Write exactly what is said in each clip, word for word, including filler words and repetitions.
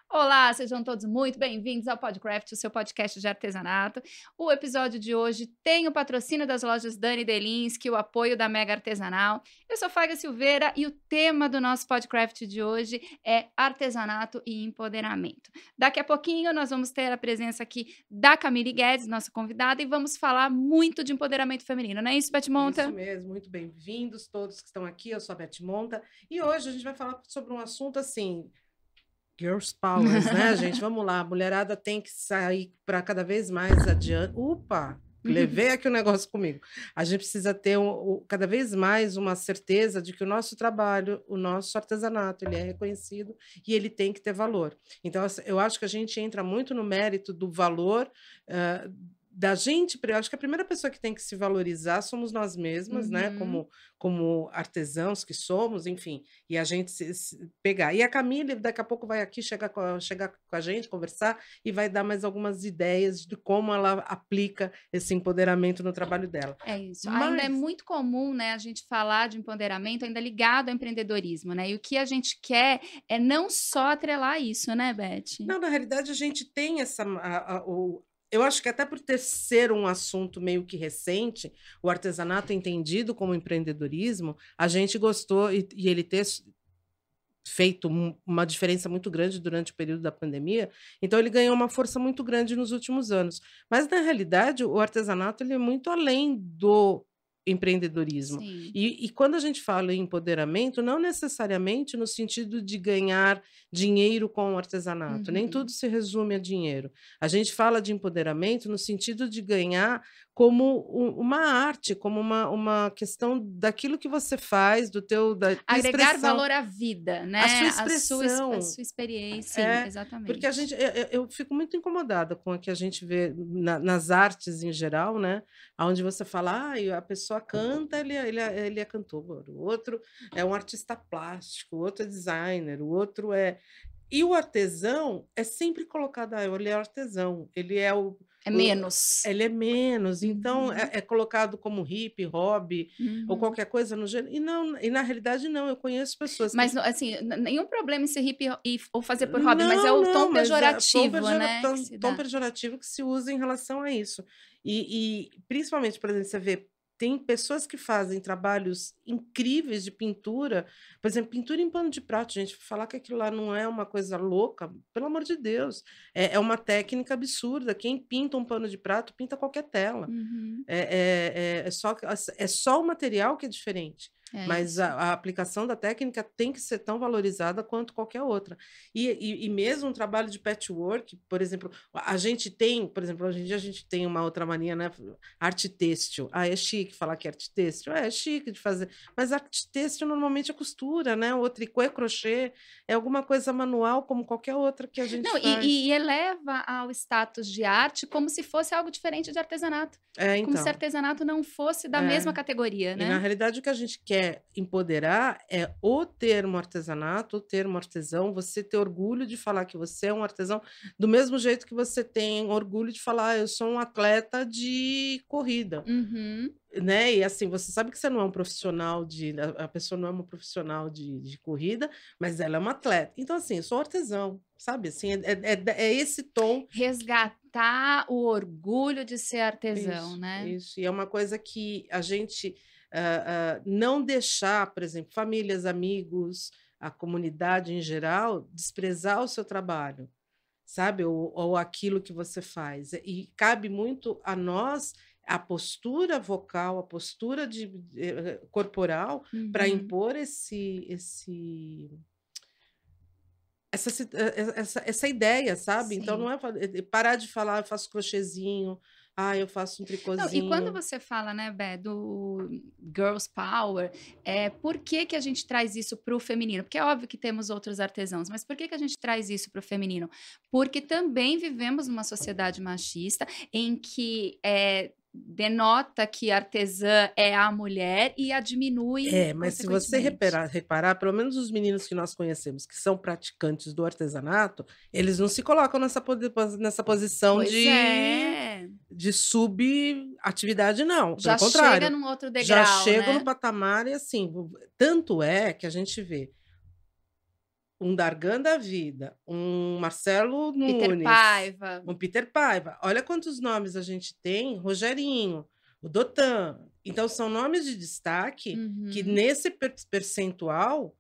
Olá, sejam todos muito bem-vindos ao Podcraft, o seu podcast de artesanato. O episódio de hoje tem o patrocínio das lojas Dani Delinsky, o apoio da Mega Artesanal. Eu sou Fábia Silveira e o tema do nosso Podcraft de hoje é artesanato e empoderamento. Daqui a pouquinho nós vamos ter a presença aqui da Camille Guedes, nossa convidada, e vamos falar muito de empoderamento feminino, não é isso, Beth Monta? Isso mesmo, muito bem-vindos todos que estão aqui, eu sou a Beth Monta, e hoje a gente vai falar sobre um assunto assim... Girls Powers, né, gente? Vamos lá, a mulherada tem que sair para cada vez mais adiante. Upa! Levei aqui o negócio comigo. A gente precisa ter um, um, cada vez mais uma certeza de que o nosso trabalho, o nosso artesanato, ele é reconhecido e ele tem que ter valor. Então, eu acho que a gente entra muito no mérito do valor uh, da gente. Eu acho que a primeira pessoa que tem que se valorizar somos nós mesmas, uhum. né? Como, como artesãos que somos, enfim, e a gente se, se pegar. E a Camille, daqui a pouco, vai aqui chegar com, a, chegar com a gente, conversar, e vai dar mais algumas ideias de como ela aplica esse empoderamento no trabalho dela. É isso. Mas... Ainda é muito comum, né, a gente falar de empoderamento ainda ligado ao empreendedorismo, né? E o que a gente quer é não só atrelar isso, né, Beth? Não, na realidade, a gente tem essa... A, a, o, Eu acho que até por ter ser um assunto meio que recente, o artesanato entendido como empreendedorismo, a gente gostou e, e ele ter feito um, uma diferença muito grande durante o período da pandemia, então ele ganhou uma força muito grande nos últimos anos. Mas, na realidade, o artesanato ele é muito além do empreendedorismo. E, e quando a gente fala em empoderamento, não necessariamente no sentido de ganhar dinheiro com o artesanato, uhum. nem tudo se resume a dinheiro. A gente fala de empoderamento no sentido de ganhar como uma arte, como uma, uma questão daquilo que você faz, do teu da agregar expressão. Valor à vida, né? A sua expressão, a sua, a sua experiência, é, sim, exatamente. Porque a gente, eu, eu fico muito incomodada com o que a gente vê na, nas artes em geral, né? Onde você fala, ah, a pessoa canta, ele, ele, ele é cantor, o outro é um artista plástico, o outro é designer, o outro é... E o artesão é sempre colocado, ah, ele é artesão, ele é o... É menos. O, ele é menos, uhum. então é, é colocado como hippie, hobby, uhum. ou qualquer coisa no gênero. E, não, e na realidade não, eu conheço pessoas... Mas, que... assim, nenhum problema em ser hippie e, ou fazer por hobby, não, mas é o não, tom pejorativo, é tom, pejora, né? Tom, tom pejorativo que se usa em relação a isso. E, e principalmente, por exemplo, você vê, tem pessoas que fazem trabalhos incríveis de pintura, por exemplo, pintura em pano de prato, gente, falar que aquilo lá não é uma coisa louca, pelo amor de Deus, é, é uma técnica absurda. Quem pinta um pano de prato, pinta qualquer tela. Uhum. É, é, é, só, é só o material que é diferente. É Mas a, a aplicação da técnica tem que ser tão valorizada quanto qualquer outra. E, e, e mesmo um trabalho de patchwork, por exemplo, a gente tem, por exemplo, hoje em dia a gente tem uma outra mania, né? Arte têxtil. Ah, é chique falar que é arte têxtil. É, é chique de fazer. Mas arte têxtil normalmente é costura, né? O tricô é crochê, é alguma coisa manual como qualquer outra que a gente Não, faz. E, e eleva ao status de arte como se fosse algo diferente de artesanato. É, então. Como se artesanato não fosse da é. mesma categoria, né? E, na realidade, o que a gente quer empoderar é o termo artesanato, o termo artesão, você ter orgulho de falar que você é um artesão, do mesmo jeito que você tem orgulho de falar, ah, eu sou um atleta de corrida. Uhum. Né? E assim, você sabe que você não é um profissional de... A pessoa não é uma profissional de, de corrida, mas ela é uma atleta. Então, assim, eu sou artesão, sabe? Assim, é, é, é esse tom... Resgatar o orgulho de ser artesão, isso, né? Isso, e é uma coisa que a gente... Uh, uh, não deixar, por exemplo, famílias, amigos, a comunidade em geral, desprezar o seu trabalho, sabe? Ou, ou aquilo que você faz. E cabe muito a nós a postura vocal, a postura de, de, corporal, uhum. para impor esse... esse essa, essa, essa ideia, sabe? Sim. Então, não é parar de falar, eu faço crochêzinho, ah, eu faço um tricôzinho. Não, e quando você fala, né, Bé, do Girls Power, é, por que que a gente traz isso para o feminino? Porque é óbvio que temos outros artesãos, mas por que que a gente traz isso para o feminino? Porque também vivemos numa sociedade machista em que é, denota que a artesã é a mulher e a diminui. É, mas se você reparar, reparar, pelo menos os meninos que nós conhecemos, que são praticantes do artesanato, eles não se colocam nessa, nessa posição pois de, é. de subatividade, não. Já pelo contrário, chega num outro degrau, já chega né? no patamar e assim, tanto é que a gente vê um Dargan da vida, um Marcelo Peter Nunes, Paiva. um Peter Paiva. Olha quantos nomes a gente tem, Rogerinho, o Dotan. Então, são nomes de destaque Uhum. que, nesse per- percentual,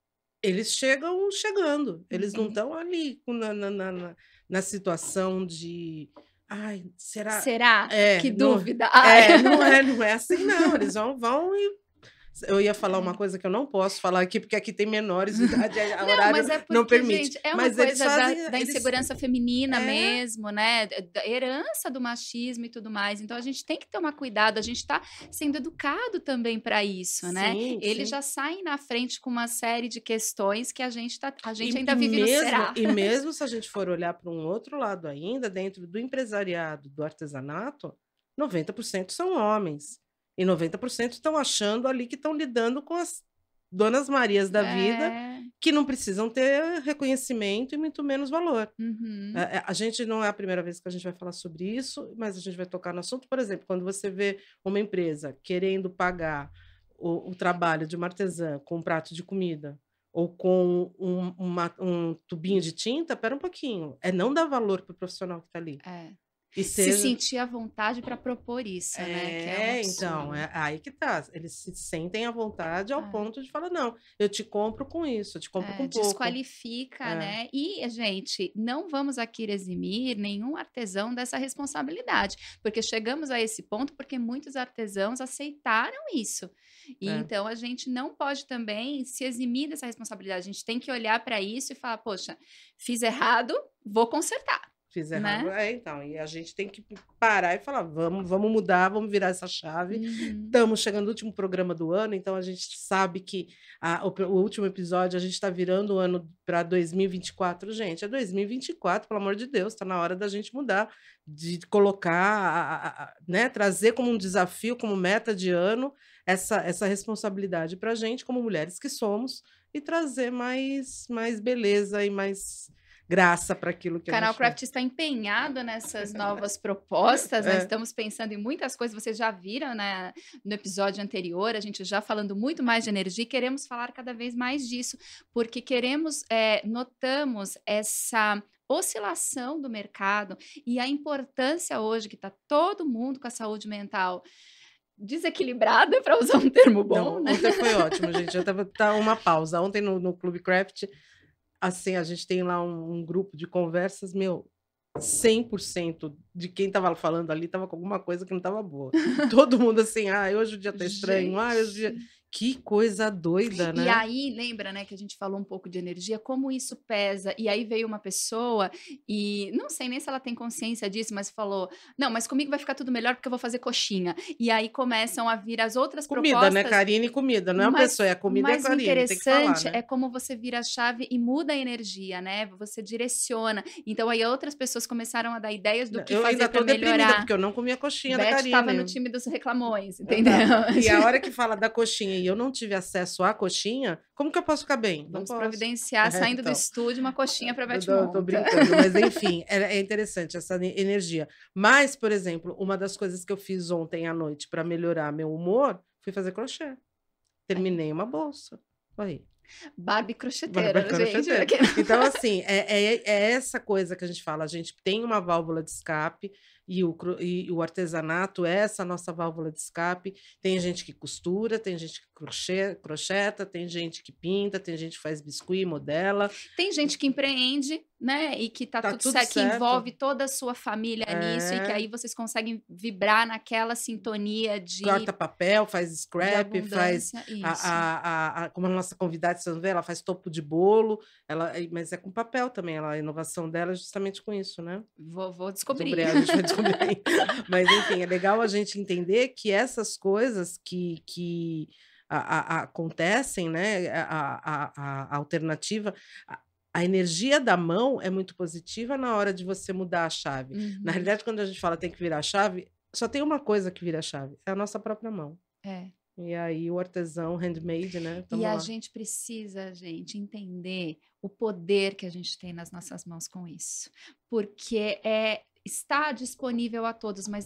eles chegam chegando. Eles não Uhum. estão ali na, na, na, na- na situação de... Ai, será? Será? É, Que não, dúvida. Ai. é, não é, não é assim, não. Eles vão, vão e... Eu ia falar uma É. coisa que eu não posso falar aqui, porque aqui tem menores de idade, a Não, horário mas é porque, não permite. gente, é uma Mas eles coisa da, fazem... da Eles, insegurança feminina é, mesmo, né? Da da herança do machismo e tudo mais. Então a gente tem que tomar cuidado, a gente tá sendo educado também para isso, né? sim, Eles sim. já saem na frente com uma série de questões que a gente tá, a gente E, ainda e vive no mesmo, será. e mesmo se a gente for olhar para um outro lado ainda, dentro do empresariado, do artesanato, noventa por cento são homens. E noventa por cento estão achando ali que estão lidando com as donas Marias da vida, É. que não precisam ter reconhecimento e muito menos valor. Uhum. É, é, a gente não é a primeira vez que a gente vai falar sobre isso, mas a gente vai tocar no assunto. Por exemplo, quando você vê uma empresa querendo pagar o, o trabalho de uma artesã com um prato de comida ou com um, uma- um tubinho de tinta, pera um pouquinho. É não dar valor para o profissional que está ali. É. E Se seja... sentir à vontade para propor isso, né? Que é um É, então, absurdo. é aí que tá. Eles se sentem à vontade ao É. ponto de falar, não, eu te compro com isso, eu te compro É, com pouco. desqualifica, É. né? E, gente, não vamos aqui eximir nenhum artesão dessa responsabilidade, porque chegamos a esse ponto porque muitos artesãos aceitaram isso. E É. então a gente não pode também se eximir dessa responsabilidade. A gente tem que olhar para isso e falar, poxa, fiz errado, vou consertar. Fiz Né? errado. É, então, e a gente tem que parar e falar, vamos, vamos mudar, vamos virar essa chave. Uhum. Estamos chegando no último programa do ano, então a gente sabe que a, o, o último episódio a gente está virando o ano para dois mil e vinte e quatro. Gente, é dois mil e vinte e quatro, pelo amor de Deus, está na hora da gente mudar, de colocar, a, a, a, né, trazer como um desafio, como meta de ano, essa, essa responsabilidade para a gente, como mulheres que somos, e trazer mais, mais beleza e mais graça para aquilo que O canal a gente Craft está empenhado nessas novas propostas, nós É. estamos pensando em muitas coisas, vocês já viram, né, no episódio anterior, a gente já falando muito mais de energia, e queremos falar cada vez mais disso, porque queremos, é, notamos essa oscilação do mercado e a importância hoje que está todo mundo com a saúde mental desequilibrada, para usar um termo bom, Não, né? ontem foi ótimo, gente. Já tava tá uma pausa. Ontem no, no Clube Craft, assim, a gente tem lá um, um grupo de conversas, meu, cem por cento de quem estava falando ali estava com alguma coisa que não estava boa. Todo mundo assim, ah, hoje o dia tá estranho, ah, hoje o dia... Que coisa doida, né? E aí, lembra, né, que a gente falou um pouco de energia, como isso pesa. E aí veio uma pessoa e não sei nem se ela tem consciência disso, mas falou: não, mas comigo vai ficar tudo melhor porque eu vou fazer coxinha. E aí começam a vir as outras Comida, propostas. né? Karine, comida. Não é uma mas, pessoa, é a comida e a mas o Karine. Tem que falar, interessante né? é como você vira a chave e muda a energia, né? Você direciona. Então aí outras pessoas começaram a dar ideias do que Eu fazer ainda tô para deprimida, melhorar. porque eu não comia coxinha da Beth Karine. estava no time dos reclamões, entendeu? E a hora que fala da coxinha e eu não tive acesso à coxinha, como que eu posso ficar bem? Não Vamos posso. providenciar, É, saindo então. do estúdio, uma coxinha para Beth Eu tô, Monta. tô brincando, mas enfim, é, é interessante essa energia. Mas, por exemplo, uma das coisas que eu fiz ontem à noite para melhorar meu humor, fui fazer crochê. Terminei uma bolsa. Aí. Barbie crocheteira, Barbie gente. crocheteira. Então, assim, é, é, é essa coisa que a gente fala. A gente tem uma válvula de escape e o, e o artesanato é essa nossa válvula de escape. Tem gente que costura, tem gente que crochê, crocheta, tem gente que pinta, tem gente que faz biscuit, modela. Tem gente que empreende, né? E que tá, Tá tudo, tudo certo, que certo. envolve toda a sua família É. nisso, e que aí vocês conseguem vibrar naquela sintonia de. Corta papel, faz de scrap, faz. abundância. Isso. A, a, a, a, como a nossa convidada, vocês vão ver, ela faz topo de bolo, ela, mas é com papel também. Ela, a inovação dela é justamente com isso, né? Vou, vou descobrir. Sobre ela, a gente vai descobrir. Mas, enfim, é legal a gente entender que essas coisas que, que a, a, a, acontecem, né? A, a, a, a alternativa. A, a energia da mão é muito positiva na hora de você mudar a chave. Uhum. Na realidade, quando a gente fala tem que virar a chave, só tem uma coisa que vira a chave, é a nossa própria mão. É. E aí o artesão, handmade, né? Tamo E a lá. gente precisa, gente, entender o poder que a gente tem nas nossas mãos com isso. Porque é, está disponível a todos, mas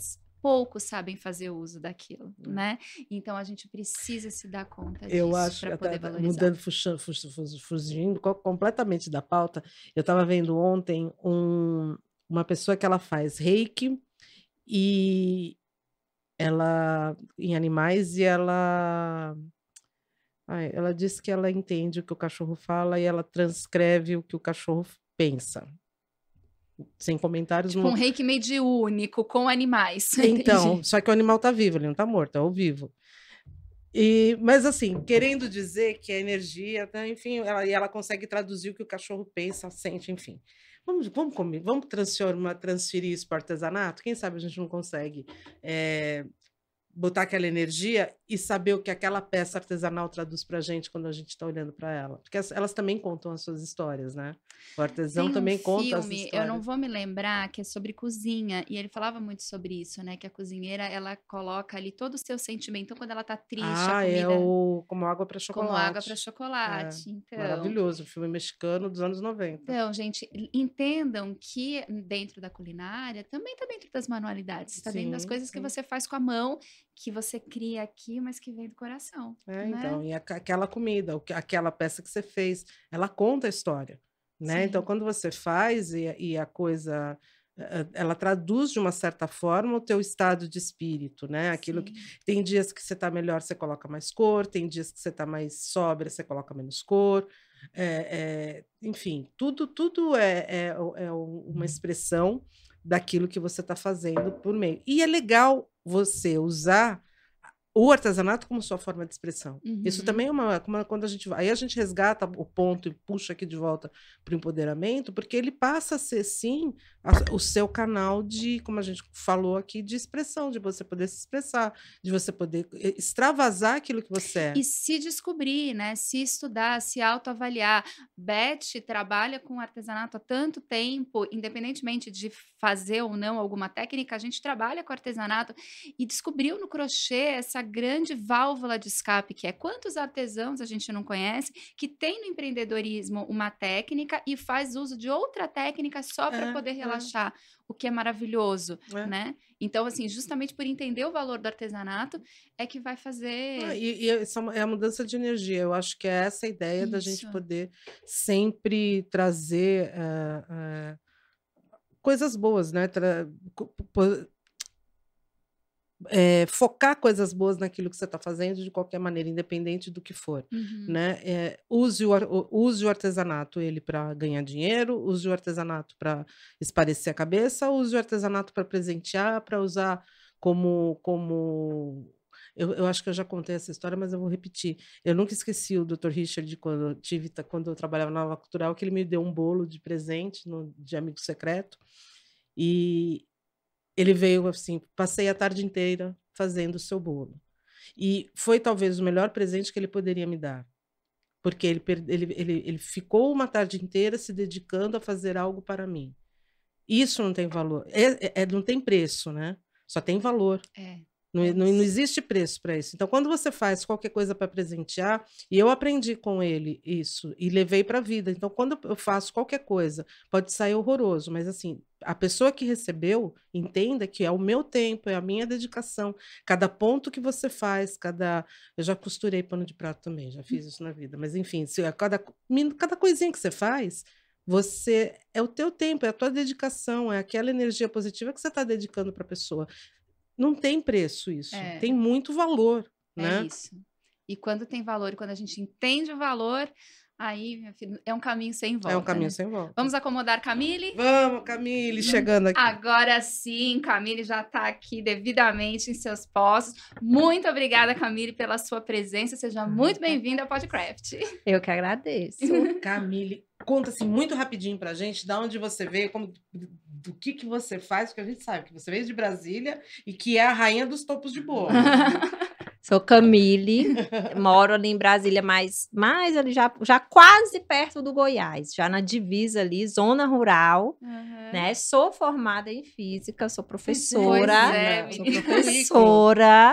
poucos sabem fazer uso daquilo, é. né? Então a gente precisa se dar conta disso. Eu acho que poder valorizar. Mudando, fugindo completamente da pauta, eu estava vendo ontem um, uma pessoa que ela faz reiki e ela em animais e ela ai, ela diz que ela entende o que o cachorro fala e ela transcreve o que o cachorro pensa. Sem comentários. Tipo no... um reiki mediúnico com animais. Então, Entendi. só que o animal tá vivo, ele não tá morto, é o vivo. E, mas assim, querendo dizer que a energia, tá, enfim, ela, e ela consegue traduzir o que o cachorro pensa, sente, enfim. Vamos, vamos, comer, vamos transformar, transferir isso para o artesanato? Quem sabe a gente não consegue é, botar aquela energia e saber o que aquela peça artesanal traduz para a gente quando a gente está olhando para ela. Porque as, elas também contam as suas histórias, né? O artesão Tem também um conta as filme, histórias. eu não vou me lembrar, que é sobre cozinha, e ele falava muito sobre isso, né? Que a cozinheira, ela coloca ali todo o seu sentimento. Então, quando ela tá triste, ah, a comida... é o Como Água para Chocolate. Como Água para Chocolate, é, então... Maravilhoso, um filme mexicano dos anos noventa. Então, gente, entendam que dentro da culinária, também está dentro das manualidades, está dentro das coisas sim. que você faz com a mão, que você cria aqui, mas que vem do coração. É, né? Então, e a, aquela comida, aquela peça que você fez, ela conta a história. Né? Então, quando você faz e, e a coisa, ela traduz de uma certa forma o teu estado de espírito, né? Aquilo que tem dias que você está melhor, você coloca mais cor, tem dias que você está mais sóbria, você coloca menos cor, é, é, enfim, tudo, tudo é, é, é uma expressão daquilo que você está fazendo por meio. E é legal você usar o artesanato como sua forma de expressão. Uhum. Isso também é uma, uma... Quando a gente vai... Aí a gente resgata o ponto e puxa aqui de volta para o empoderamento, porque ele passa a ser, sim, a, o seu canal de, como a gente falou aqui, de expressão, de você poder se expressar, de você poder extravasar aquilo que você é. E se descobrir, né? Se estudar, se autoavaliar. Beth trabalha com artesanato há tanto tempo, independentemente de fazer ou não alguma técnica, a gente trabalha com artesanato e descobriu no crochê essa grande válvula de escape que é quantos artesãos a gente não conhece que tem no empreendedorismo uma técnica e faz uso de outra técnica só para é, poder relaxar, é. o que é maravilhoso, é. né? Então, assim, justamente por entender o valor do artesanato é que vai fazer... Ah, e, e é a mudança de energia, eu acho que é essa a ideia Isso. da gente poder sempre trazer uh, uh, coisas boas, né? Tra É, focar coisas boas naquilo que você está fazendo de qualquer maneira, independente do que for, uhum. né? É, use, o, use o artesanato ele para ganhar dinheiro, use o artesanato para esparecer a cabeça, use o artesanato para presentear, para usar como... como... Eu, eu acho que eu já contei essa história, mas eu vou repetir. Eu nunca esqueci o doutor Richard, quando eu, tive, quando eu trabalhava na Nova Cultural, que ele me deu um bolo de presente no, de amigo secreto, e ele veio assim, passei a tarde inteira fazendo o seu bolo. E foi talvez o melhor presente que ele poderia me dar. Porque ele, ele, ele, ele ficou uma tarde inteira se dedicando a fazer algo para mim. Isso não tem valor. É, é, não tem preço, né? Só tem valor. É. Não, não, não existe preço para isso. Então, quando você faz qualquer coisa para presentear, e eu aprendi com ele isso, e levei para a vida. Então, quando eu faço qualquer coisa, pode sair horroroso, mas assim, a pessoa que recebeu, entenda que é o meu tempo, é a minha dedicação. Cada ponto que você faz, cada... Eu já costurei pano de prato também, já fiz isso na vida. Mas, enfim, se cada, cada coisinha que você faz... Você é o teu tempo, é a tua dedicação, é aquela energia positiva que você está dedicando para a pessoa. Não tem preço isso, é. tem muito valor, é né? É isso. E quando tem valor, e quando a gente entende o valor, aí, minha filha, é um caminho sem volta. É um caminho né? sem volta. Vamos acomodar Camille? Vamos, Camille, chegando aqui. Agora sim, Camille já está aqui devidamente em seus postos. Muito obrigada, Camille, pela sua presença. Seja muito bem-vinda ao Podcraft. Eu que agradeço. Camille, conta assim muito rapidinho pra gente, de onde você veio, como, do que que você faz, porque a gente sabe que você veio de Brasília e que é a rainha dos topos de bolo. Sou Camille, moro ali em Brasília, mas mais ali já, já quase perto do Goiás, já na divisa ali, zona rural, uhum. né? Sou formada em física, sou professora, é, sou professora,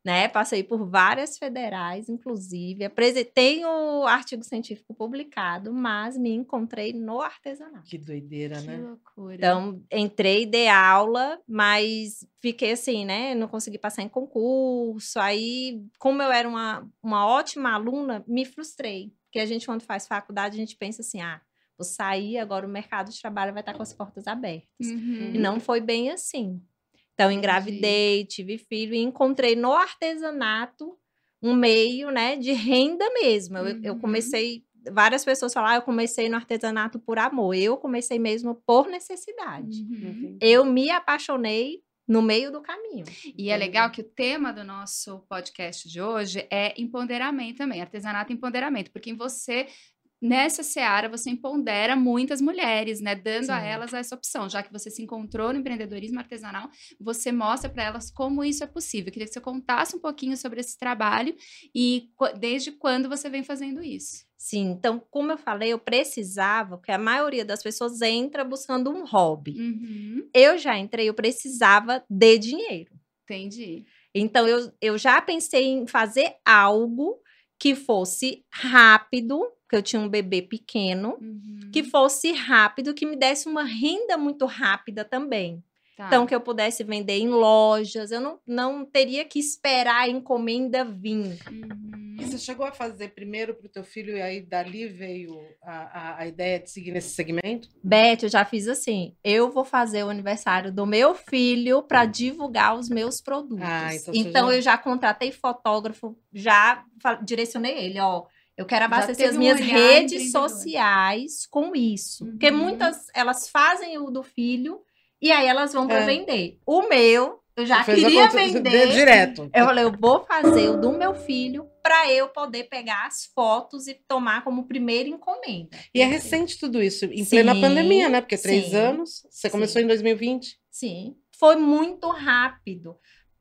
né? Passei por várias federais, inclusive. Apresentei o artigo científico publicado, mas me encontrei no artesanato. Que doideira, Que né? loucura. Então, entrei, dei aula, mas fiquei assim, né? Não consegui passar em concurso. Aí, como eu era uma, uma ótima aluna, me frustrei. Porque a gente, quando faz faculdade, a gente pensa assim, ah, vou sair, agora o mercado de trabalho vai estar com as portas abertas. Uhum. E não foi bem assim. Então, engravidei, tive filho e encontrei no artesanato um meio, né, de renda mesmo. Eu, Uhum. eu comecei, várias pessoas falam, ah, eu comecei no artesanato por amor. Eu comecei mesmo por necessidade. Uhum. Eu me apaixonei no meio do caminho. E é legal que o tema do nosso podcast de hoje é empoderamento também, artesanato e empoderamento, porque em você... Nessa seara, você empodera muitas mulheres, né? Dando Sim. a elas essa opção. Já que você se encontrou no empreendedorismo artesanal, você mostra para elas como isso é possível. Eu queria que você contasse um pouquinho sobre esse trabalho e desde quando você vem fazendo isso. Sim, então, como eu falei, eu precisava, porque a maioria das pessoas entra buscando um hobby. Uhum. Eu já entrei, eu precisava de dinheiro. Entendi. Então, eu, eu já pensei em fazer algo que fosse rápido, porque eu tinha um bebê pequeno, Uhum. que fosse rápido, que me desse uma renda muito rápida também. Tá. Então, que eu pudesse vender em lojas, eu não, não teria que esperar a encomenda vir. Uhum. E você chegou a fazer primeiro para o teu filho e aí dali veio a, a, a ideia de seguir nesse segmento? Beth, eu já fiz assim, eu vou fazer o aniversário do meu filho para divulgar os meus produtos. Ah, então então já... eu já contratei fotógrafo, já direcionei ele, ó, eu quero abastecer as um minhas redes empreendedor. sociais com isso. Uhum. Porque muitas, elas fazem o do filho e aí elas vão para É. vender. O meu, eu já Você fez queria a conta- vender. direto. Eu falei, eu vou fazer o do meu filho para eu poder pegar as fotos e tomar como primeira encomenda. E é recente tudo isso, em Sim, plena pandemia, né? Porque três sim, anos, você começou sim. em dois mil e vinte. Sim, foi muito rápido,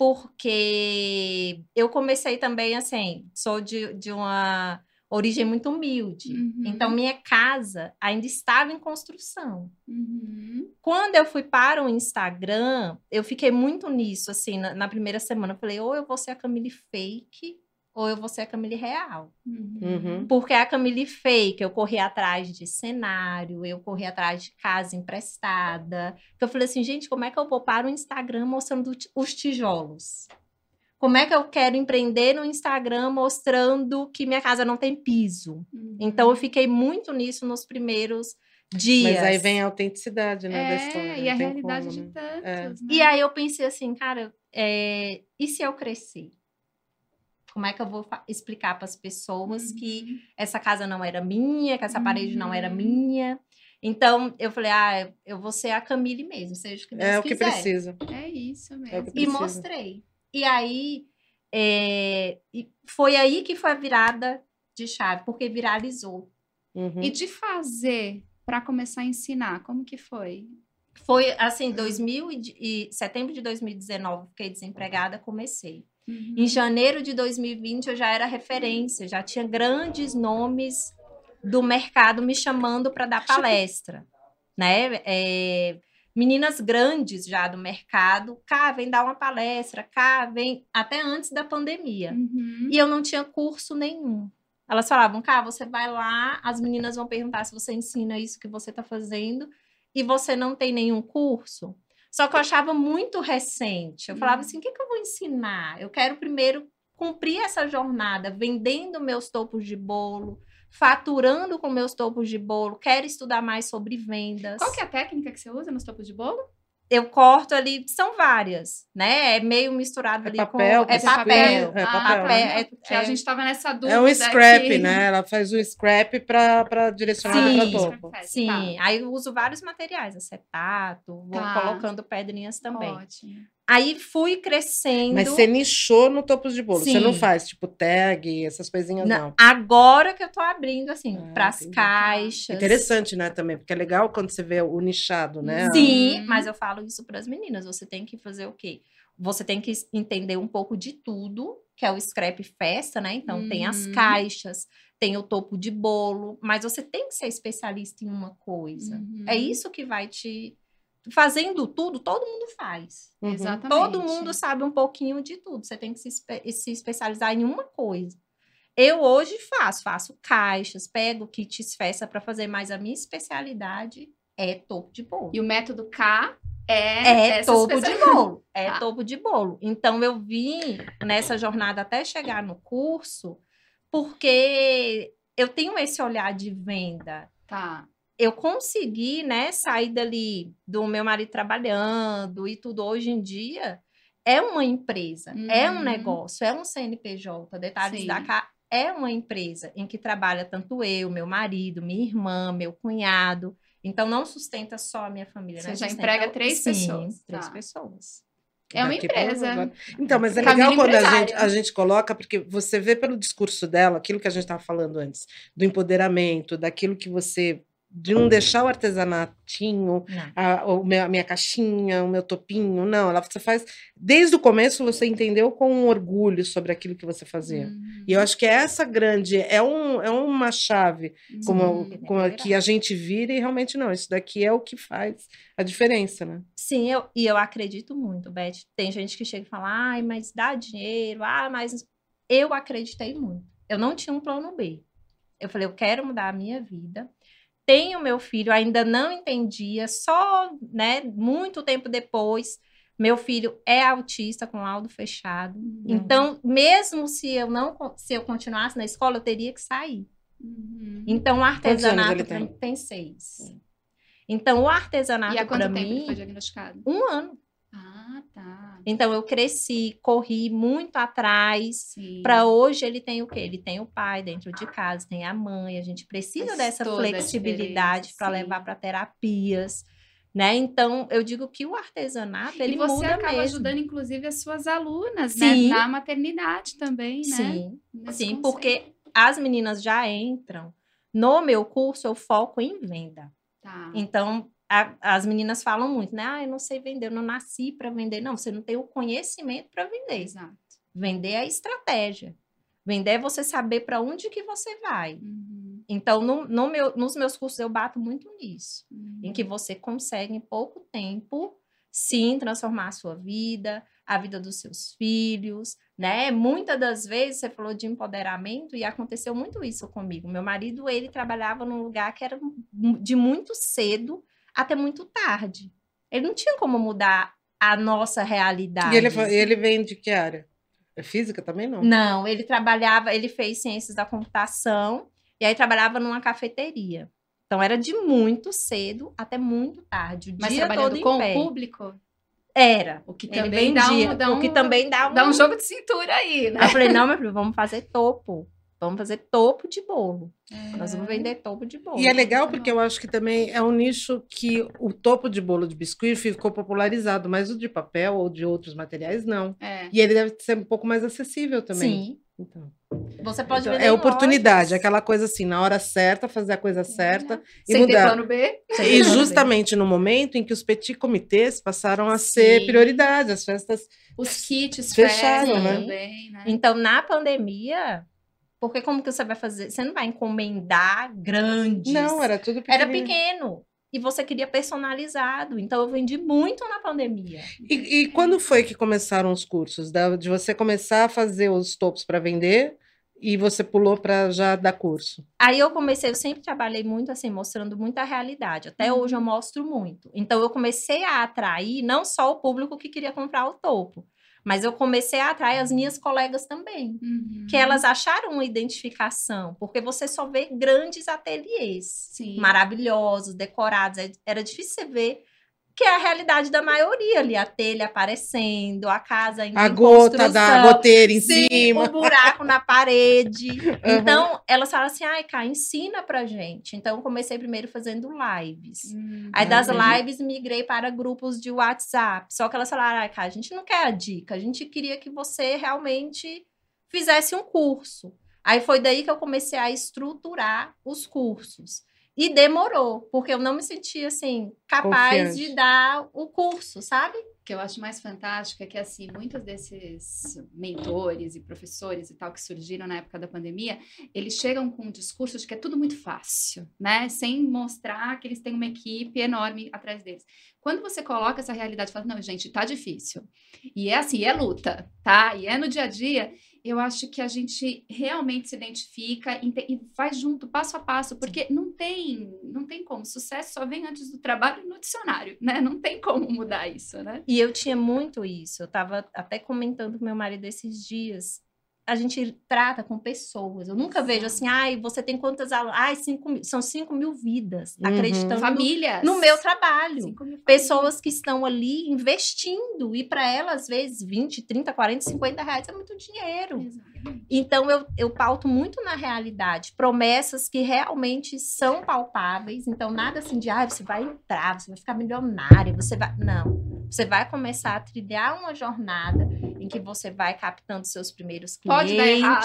porque eu comecei também assim, sou de, de uma origem muito humilde. Uhum. Então, minha casa ainda estava em construção. Uhum. Quando eu fui para o Instagram, eu fiquei muito nisso, assim, na, na primeira semana. Eu falei, ou eu vou ser a Camille fake, ou eu vou ser a Camille real. Uhum. Uhum. Porque a Camille fake, eu corri atrás de cenário, eu corri atrás de casa emprestada. Eu falei assim, gente, como é que eu vou para o Instagram mostrando os tijolos? Como é que eu quero empreender no Instagram mostrando que minha casa não tem piso? Uhum. Então, eu fiquei muito nisso nos primeiros dias. Mas aí vem a autenticidade, né, da É, história. e a não tem realidade como, de né? tantos, É. né? E aí eu pensei assim, cara, é, e se eu crescer? Como é que eu vou explicar para as pessoas Uhum. que essa casa não era minha, que essa Uhum. parede não era minha? Então, eu falei, ah, eu vou ser a Camille mesmo, seja o que Deus É o que quiser. precisa. É isso mesmo. É o que E precisa. mostrei. E aí, é, e foi aí que foi a virada de chave, porque viralizou. Uhum. E de fazer para começar a ensinar, como que foi? Foi assim, dois mil e, e, setembro de dois mil e dezenove, fiquei desempregada, comecei. Uhum. Em janeiro de dois mil e vinte, eu já era referência, já tinha grandes nomes do mercado me chamando para dar palestra, né? É, meninas grandes já do mercado, cá, vem dar uma palestra, cá, vem, até antes da pandemia. Uhum. E eu não tinha curso nenhum. Elas falavam, cá, você vai lá, as meninas vão perguntar se você ensina isso que você está fazendo e você não tem nenhum curso. Só que eu achava muito recente. Eu falava assim, o que, que eu vou ensinar? Eu quero primeiro cumprir essa jornada, vendendo meus topos de bolo, faturando com meus topos de bolo, quero estudar mais sobre vendas. Qual que é a técnica que você usa nos topos de bolo? Eu corto ali, são várias, né? É meio misturado É ali papel, com... É biscuit, papel. é Ah, papel. tá. É- Porque é- a gente tava nessa dúvida É um scrap, aqui. né? Ela faz o scrap para direcionar Sim. para Scrap topo. fest, Sim, tá. aí eu uso vários materiais, acetato, vou Tá. colocando pedrinhas também. Ótimo. Aí fui crescendo. Mas você nichou no topos de bolo. Você Sim. não faz, tipo, tag, essas coisinhas, Na- não. Agora que eu tô abrindo, assim, Ah, para as entendi. caixas. Interessante, né, também. Porque é legal quando você vê o nichado, né? Sim, Uhum. mas eu falo isso para as meninas. Você tem que fazer o quê? Você tem que entender um pouco de tudo, que é o scrap festa, né? Então, tem as Uhum. caixas, tem o topo de bolo, mas você tem que ser especialista em uma coisa. Uhum. É isso que vai te, fazendo tudo, todo mundo faz. Uhum. Exatamente. Todo mundo sabe um pouquinho de tudo. Você tem que se, espe se especializar em uma coisa. Eu hoje faço, faço caixas, pego kits festa para fazer, mas a minha especialidade é topo de bolo. E o método K é, É topo de bolo. É Tá. topo de bolo. Então, eu vim nessa jornada até chegar no curso, porque eu tenho esse olhar de venda. Tá. Eu consegui, né, sair dali do meu marido trabalhando e tudo hoje em dia. É uma empresa, Uhum. é um negócio, é um C N P J. Detalhes Sim. da K é uma empresa em que trabalha tanto eu, meu marido, minha irmã, meu cunhado. Então, não sustenta só a minha família, Você né? já Sustenta- três três Sim, pessoas. três Tá. pessoas. É uma Daqui pra empresa. agora. Então, mas é Família legal quando a empresária. gente, a gente coloca, porque você vê pelo discurso dela, aquilo que a gente estava falando antes, do empoderamento, daquilo que você... de não deixar o artesanatinho, Não. a, o meu- a minha caixinha, o meu topinho, não, ela você faz... Desde o começo você entendeu com um orgulho sobre aquilo que você fazia. Uhum. E eu acho que é essa grande... É, um, é uma chave como, Sim, como é a que a gente vira e realmente não. Isso daqui é o que faz a diferença, né? Sim, eu, e eu acredito muito, Beth. Tem gente que chega e fala, ai, mas dá dinheiro, ah, mas... Eu acreditei muito. Eu não tinha um plano B. Eu falei, eu quero mudar a minha vida. Tenho meu filho, ainda não entendia, só, né, muito tempo depois, meu filho é autista com laudo fechado. Uhum. Então, mesmo se eu não, se eu continuasse na escola, eu teria que sair. Uhum. Então, o Quantos anos artesanato ele pra tem? mim tem seis. Então, o artesanato E há quanto para tempo ele mim, foi diagnosticado? um ano. Ah, tá. Então, eu cresci, corri muito atrás. Sim. Para hoje, ele tem o quê? Ele tem o pai dentro de casa, tem a mãe. A gente precisa Faz dessa toda a flexibilidade diferença, para sim. levar para terapias, né? Então, eu digo que o artesanato, ele E você muda acaba mesmo. ajudando, inclusive, as suas alunas, Sim. né? Na maternidade também, né? Sim, Nesse sim, conceito. porque as meninas já entram. No meu curso, eu foco em venda. Tá. Então, a- as meninas falam muito, né? Ah, eu não sei vender, eu não nasci para vender. Não, você não tem o conhecimento para vender. Exato. Vender é a estratégia. Vender é você saber para onde que você vai. Uhum. Então, no, no meu, nos meus cursos, eu bato muito nisso. Uhum. Em que você consegue, em pouco tempo, sim, transformar a sua vida, a vida dos seus filhos, né? Muitas das vezes, você falou de empoderamento e aconteceu muito isso comigo. Meu marido, ele trabalhava num lugar que era de muito cedo até muito tarde. Ele não tinha como mudar a nossa realidade. E ele, fa- ele vem de que área? É física também não? Não, ele trabalhava, ele fez ciências da computação e aí trabalhava numa cafeteria. Então era de muito cedo até muito tarde, o Mas dia todo trabalhando em com pé. o público, Era. o que Ele também dá vendia, um, dá o que um- também dá um, dá um jogo de cintura aí, né? Aí eu falei, não, meu filho, vamos fazer topo. Vamos fazer topo de bolo. É. Nós vamos vender topo de bolo. E é legal Muito porque bom. eu acho que também é um nicho que o topo de bolo de biscuit ficou popularizado, mas o de papel ou de outros materiais não. É. E ele deve ser um pouco mais acessível também. Sim. Então, Você pode então, vender é em oportunidade, lojas. aquela coisa assim, na hora certa, fazer a coisa certa e Sem ter mudar. plano B. Sem ter E plano B. justamente no momento em que os petit comitês passaram a ser Sim. prioridade, as festas. Os kits Fecharam, festas né? também, né? Então, na pandemia, porque como que você vai fazer? Você não vai encomendar grandes. Não, era tudo Era pequenininho. pequeno. E você queria personalizado. Então, eu vendi muito na pandemia. E, e quando foi que começaram os cursos? Da- De você começar a fazer os topos para vender e você pulou para já dar curso? Aí eu comecei, eu sempre trabalhei muito assim, mostrando muita realidade. Até Uhum. hoje eu mostro muito. Então, eu comecei a atrair não só o público que queria comprar o topo, mas eu comecei a atrair as minhas colegas também. Uhum. Que elas acharam uma identificação, porque você só vê grandes ateliês. Sim. Maravilhosos, decorados. É- Era difícil você ver que é a realidade da maioria ali, a telha aparecendo, a casa ainda A em gota da construção. goteira em Sim, cima. o buraco na parede. Então, elas falam assim, ai, Cá, ensina pra gente. Então, eu comecei primeiro fazendo lives. Hum, Aí, das entendi. lives, migrei para grupos de WhatsApp. Só que elas falaram, ai, Cá, a gente não quer a dica, a gente queria que você realmente fizesse um curso. Aí, foi daí que eu comecei a estruturar os cursos. E demorou, porque eu não me sentia, assim, capaz Confiante. de dar o curso, sabe? O que eu acho mais fantástico é que, assim, muitos desses mentores e professores e tal que surgiram na época da pandemia, eles chegam com um discurso de que é tudo muito fácil, né? Sem mostrar que eles têm uma equipe enorme atrás deles. Quando você coloca essa realidade e fala, não, gente, tá difícil. E é assim, é luta, tá? E é no dia a dia, eu acho que a gente realmente se identifica e vai junto, passo a passo, porque não tem, não tem como. Sucesso só vem antes do trabalho no dicionário, né? Não tem como mudar isso, né? E eu tinha muito isso. Eu estava até comentando com meu marido esses dias. A gente trata com pessoas. Eu nunca Exato. vejo assim, ai, você tem quantas alunos? Ai, cinco mil. São cinco mil vidas Uhum. acreditando Famílias. no meu trabalho. Cinco mil Pessoas que estão ali investindo. E para elas, às vezes, vinte, trinta, quarenta, cinquenta reais é muito dinheiro. Exatamente. Então, eu, eu pauto muito na realidade. Promessas que realmente são palpáveis. Então, nada assim de, ah, você vai entrar, você vai ficar milionária, você vai... Não. Você vai começar a trilhar uma jornada em que você vai captando seus primeiros clientes. Pode dar errado.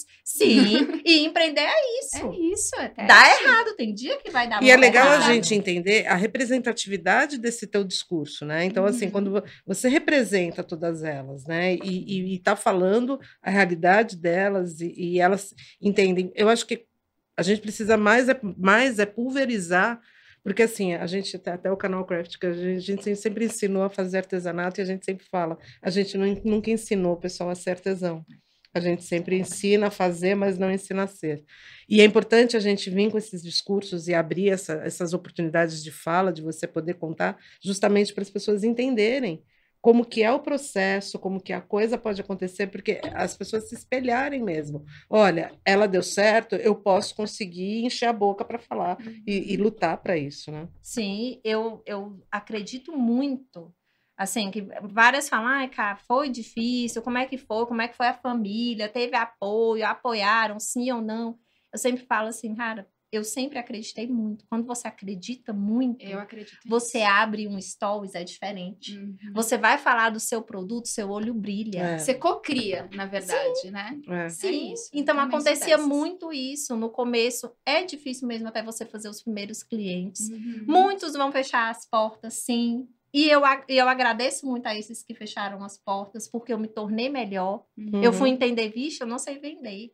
Sim. E empreender é isso. É isso, é teste. Dá errado. Tem dia que vai dar E é muito legal errado. a gente entender a representatividade desse teu discurso, né? Então, assim, Uhum. quando vo- você representa todas elas, né? E, e, e tá falando a realidade delas e, e elas entendem. Eu acho que a gente precisa mais é, mais é pulverizar, porque assim, a gente tem até o canal Craft, que a gente, a gente sempre ensinou a fazer artesanato e a gente sempre fala, a gente não- nunca ensinou o pessoal a ser artesão. A gente sempre ensina a fazer, mas não ensina a ser. E é importante a gente vir com esses discursos e abrir essa, essas oportunidades de fala, de você poder contar, justamente para as pessoas entenderem como que é o processo, como que a coisa pode acontecer, porque as pessoas se espelharem mesmo. Olha, ela deu certo, eu posso conseguir encher a boca para falar e, e lutar para isso, né? Sim, eu, eu acredito muito, assim, que várias falam, ai, cara, foi difícil, como é que foi, como é que foi a família, teve apoio, apoiaram, sim ou não. Eu sempre falo assim, cara, eu sempre acreditei muito. Quando você acredita muito, Eu acredito você nisso. abre um stories, é diferente. Uhum. Você vai falar do seu produto, seu olho brilha. É. Você cocria, na verdade, né? É. Sim, isso, então também sou acontecia dessas. muito isso. No começo, é difícil mesmo até você fazer os primeiros clientes. Uhum. Muitos vão fechar as portas, sim. E eu, a- eu agradeço muito a esses que fecharam as portas, porque eu me tornei melhor. Uhum. Eu fui entender, vixe, eu não sei vender.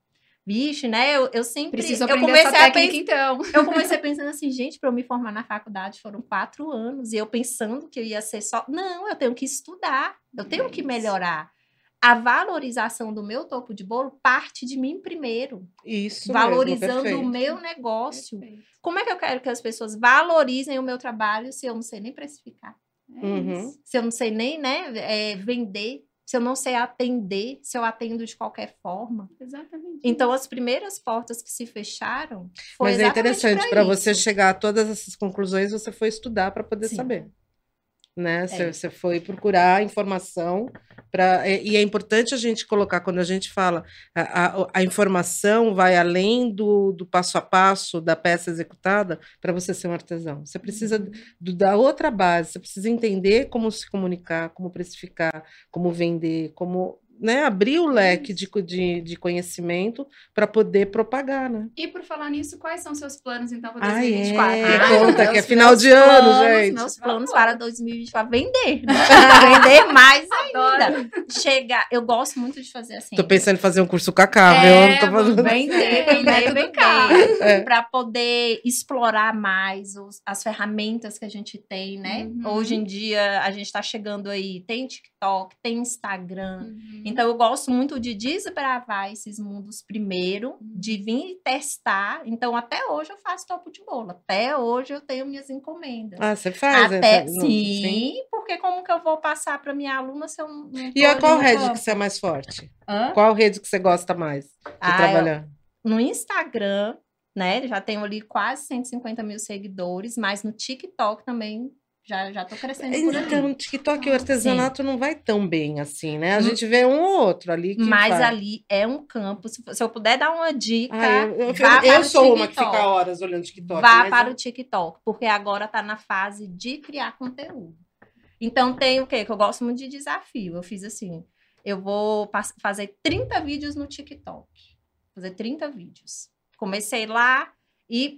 Vixe, né? Eu, eu sempre. Preciso eu aprender comecei essa a técnica, pensar. então. Eu comecei pensando assim, gente, para eu me formar na faculdade foram quatro anos. E eu pensando que eu ia ser só. Não, eu tenho que estudar. Eu tenho É que isso. melhorar. A valorização do meu topo de bolo parte de mim primeiro. Isso Valorizando mesmo, o perfeito. meu negócio. Perfeito. Como é que eu quero que as pessoas valorizem o meu trabalho se eu não sei nem precificar? É Uhum. isso. Se eu não sei nem, né, é, vender? Se eu não sei atender? Se eu atendo de qualquer forma? Exatamente. Então, as primeiras portas que se fecharam foi Mas é exatamente interessante, para você isso. chegar a todas essas conclusões, você foi estudar para poder Sim. saber. Né? Você, É. você foi procurar informação para e, e é importante a gente colocar quando a gente fala a, a, a informação vai além do, do passo a passo da peça executada para você ser um artesão. Você precisa Uhum. do, da outra base, você precisa entender como se comunicar, como precificar, como vender, como né, abrir o leque de, de, de conhecimento para poder propagar, né? E por falar nisso, quais são seus planos, então, para Ah, dois mil e vinte e quatro? é. Ah, Conta meus- que é final meus de ano, planos, gente. Meus Por planos favor. para dois mil e vinte e quatro, vender. né? Vender mais ainda. Adoro. Chegar, eu gosto muito de fazer assim. Tô pensando em fazer um curso Cacá, É, viu? Eu não tô vamos fazendo... bem. Vender, É, vender, método vender. K. É. Para poder explorar mais os- as ferramentas que a gente tem, né? Uhum. Hoje em dia, a gente está chegando aí, tem TikTok, tem Instagram. Uhum. Então, eu gosto muito de desbravar esses mundos primeiro, de vir e testar. Então, até hoje eu faço topo de bolo. Até hoje eu tenho minhas encomendas. Ah, você faz? Até, essa- não, sim, porque como que eu vou passar para minha aluna se eu não não E tô a ali qual no rede campo? que você é mais forte? Hã? Qual rede que você gosta mais de Ah, trabalhar? No Instagram, né? Já tenho ali quase cento e cinquenta mil seguidores, mas no TikTok também já, já tô crescendo por ali. Então, no TikTok o artesanato não vai tão bem assim, né? A Hum. gente vê um ou outro ali que Mas vai. ali é um campo. Se, se eu puder dar uma dica, Ah, eu eu, vá eu para o sou uma que TikTok. fica horas olhando TikTok. Vá mas para eu- o TikTok, porque agora tá na fase de criar conteúdo. Então tem o quê? Que eu gosto muito de desafio. Eu fiz assim, eu vou pas- fazer trinta vídeos no TikTok. Fazer trinta vídeos. Comecei lá e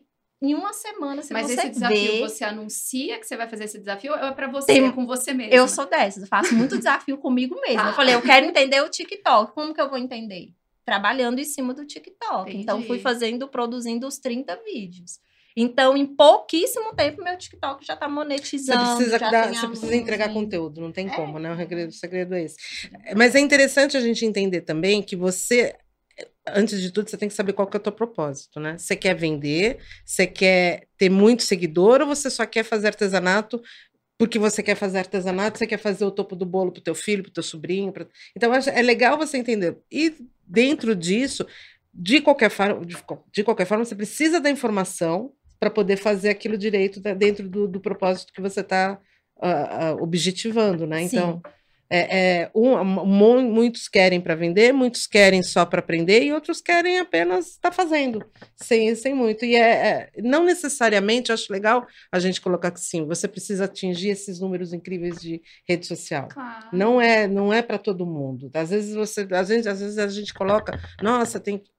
em uma semana, se Mas você esse desafio, vê... você anuncia que você vai fazer esse desafio ou é pra você, Tem- com você mesmo? Eu sou dessas, eu faço muito desafio comigo mesma. Ah. Eu falei, eu quero entender o TikTok. Como que eu vou entender? Trabalhando em cima do TikTok. Entendi. Então, fui fazendo, produzindo os trinta vídeos. Então, em pouquíssimo tempo, meu TikTok já tá Você monetizando. precisa, já dar- tem você precisa alunos entregar vindo. conteúdo, não tem É. como, né? O segredo, o segredo é esse. Mas é interessante a gente entender também que você, antes de tudo, você tem que saber qual que é o teu propósito, né? Você quer vender, você quer ter muito seguidor ou você só quer fazer artesanato porque você quer fazer artesanato, você quer fazer o topo do bolo pro teu filho, pro teu sobrinho. Pra... Então, eu acho- é legal você entender. E dentro disso, de qualquer forma, de, qual- de qualquer forma, você precisa da informação para poder fazer aquilo direito da- dentro do, do propósito que você está objetivando, né? Sim. Então, é, é, um, mu- muitos querem para vender, muitos querem só para aprender e outros querem apenas estar fazendo, sem, sem muito. E é, é, não necessariamente, eu acho legal a gente colocar que sim, você precisa atingir esses números incríveis de rede social. Claro. Não é, não é para todo mundo. Às vezes você, às vezes, às vezes a gente coloca, nossa, tem que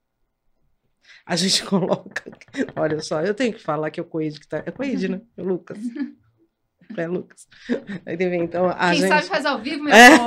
a gente coloca. Olha só, eu tenho que falar que é o Coide que tá. É Coide, né? É Lucas. É Lucas. Aí, então, a Quem gente... sabe faz ao vivo, meu É. povo.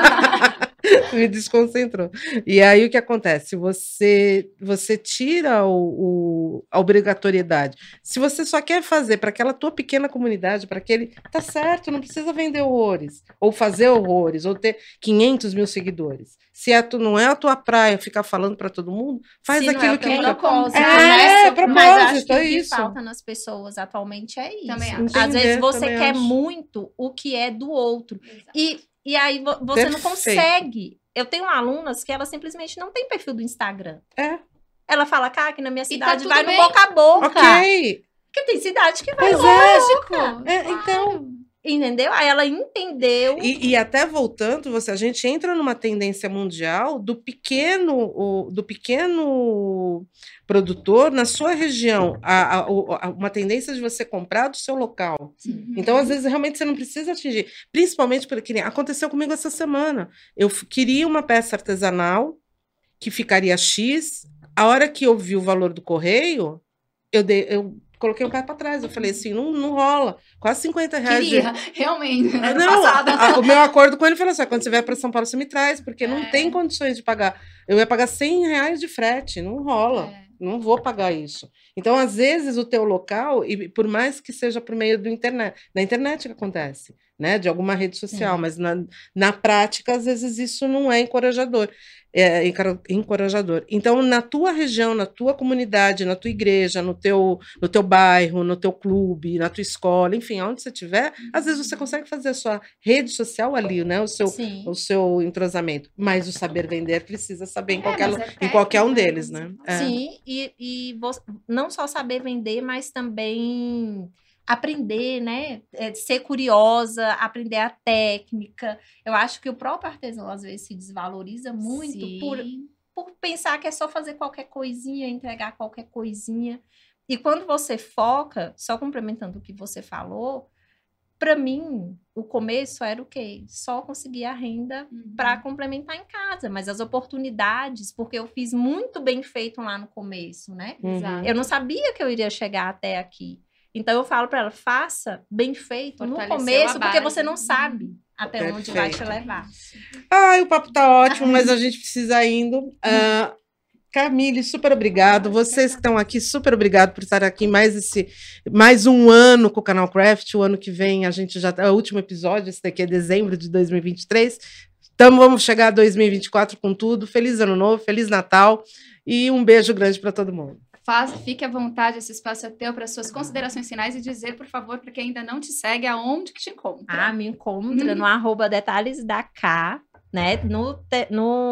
Me desconcentrou. E aí o que acontece? Você, você tira o, o- a obrigatoriedade. Se você só quer fazer para aquela tua pequena comunidade, para aquele. Tá certo, não precisa vender horrores, ou fazer horrores, ou ter quinhentos mil seguidores. Se é tu, não é a tua praia ficar falando para todo mundo, faz Se não é aquilo o que teu não propósito, É, né? é propósito, Mas acho que é o que isso. falta nas pessoas atualmente é isso. Também acho. Às Entender, vezes você também quer acho. muito o que é do outro. Exato. E, e aí vo- você não Perfeito. consegue. Eu tenho alunas que ela simplesmente não tem perfil do Instagram. É, Ela fala, cara, aqui na minha tá cidade tudo vai bem. no boca a boca. ok. Porque tem cidade que vai Pois no é. Lógico. É, claro. então. Entendeu? Aí ela entendeu. E, e até voltando, você, a gente entra numa tendência mundial do pequeno, o- do pequeno produtor na sua região, a, a- o- a- uma tendência de você comprar do seu local. Uhum. Então, às vezes, realmente você não precisa atingir. Principalmente porque nem aconteceu comigo essa semana. Eu f- queria uma peça artesanal que ficaria X. A hora que eu vi o valor do correio, eu, dei, eu coloquei o pé para trás. Eu falei assim, não, não rola. Quase cinquenta reais de... Queria, realmente. Ah, Ano não, passado. a- a- o meu acordo com ele foi assim: ó, quando você vier para São Paulo, você me traz, porque não É. tem condições de pagar. Eu ia pagar cem reais de frete, não rola. É. Não vou pagar isso. Então, às vezes, o teu local, e por mais que seja por meio do internet, da internet que acontece, né? De alguma rede social, Sim. mas na, na prática, às vezes, isso não é encorajador. É encara- encorajador. Então, na tua região, na tua comunidade, na tua igreja, no teu, no teu bairro, no teu clube, na tua escola, enfim, aonde você estiver, às vezes você consegue fazer a sua rede social ali, né? O seu, Sim. o seu entrosamento. Mas o saber vender precisa saber em É, qualquer, mas é em qualquer um técnica, deles, né? É. Sim, e, e vo- não só saber vender, mas também aprender, né? É, ser curiosa, aprender a técnica. Eu acho que o próprio artesão, às vezes, se desvaloriza muito Sim. por, por pensar que é só fazer qualquer coisinha, entregar qualquer coisinha. E quando você foca, só complementando o que você falou, para mim, o começo era o quê? Só conseguir a renda Uhum. para complementar em casa, mas as oportunidades, porque eu fiz muito bem feito lá no começo, né? Uhum. Exato. Eu não sabia que eu iria chegar até aqui. Então eu falo para ela, faça bem feito no Fortaleceu começo, a porque base. você não sabe até onde vai te Perfeito. levar. Ai, o papo tá ótimo, mas a gente precisa indo. Ah, Camille, super obrigado. Vocês que estão aqui, super obrigado por estar aqui mais esse mais um ano com o canal Craft. O ano que vem a gente já é o último episódio, esse daqui é dezembro de dois mil e vinte e três. Então vamos chegar a dois mil e vinte e quatro com tudo. Feliz ano novo, feliz Natal e um beijo grande para todo mundo. Faz, fique à vontade, esse espaço é teu para suas considerações finais e dizer, por favor, para quem ainda não te segue, aonde que te encontra. Ah, me encontra no arroba detalhes da K, né? No, te-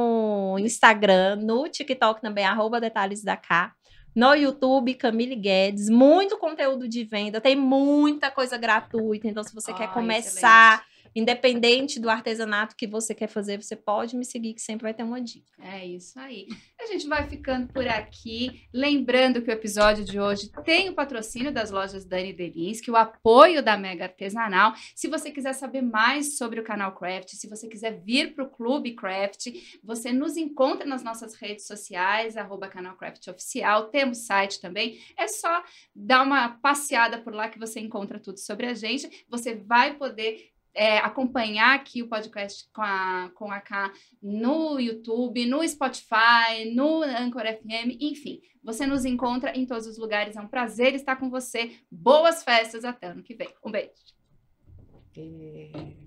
no Instagram, no TikTok também, arroba detalhes da K. No YouTube, Camille Guedes. Muito conteúdo de venda, tem muita coisa gratuita. Então, se você Ah, quer começar, Independente do artesanato que você quer fazer, você pode me seguir, que sempre vai ter uma dica. É isso aí. A gente vai ficando por aqui. Lembrando que o episódio de hoje tem o patrocínio das lojas Dani Delinski, o apoio da Mega Artesanal. Se você quiser saber mais sobre o canal Craft, se você quiser vir para o Clube Craft, você nos encontra nas nossas redes sociais, arroba canal Craft Oficial. Temos site também. É só dar uma passeada por lá que você encontra tudo sobre a gente. Você vai poder É, acompanhar aqui o podcast com a, com a K no YouTube, no Spotify, no Anchor F M, enfim, você nos encontra em todos os lugares. É um prazer estar com você. Boas festas, até ano que vem. Um beijo. E...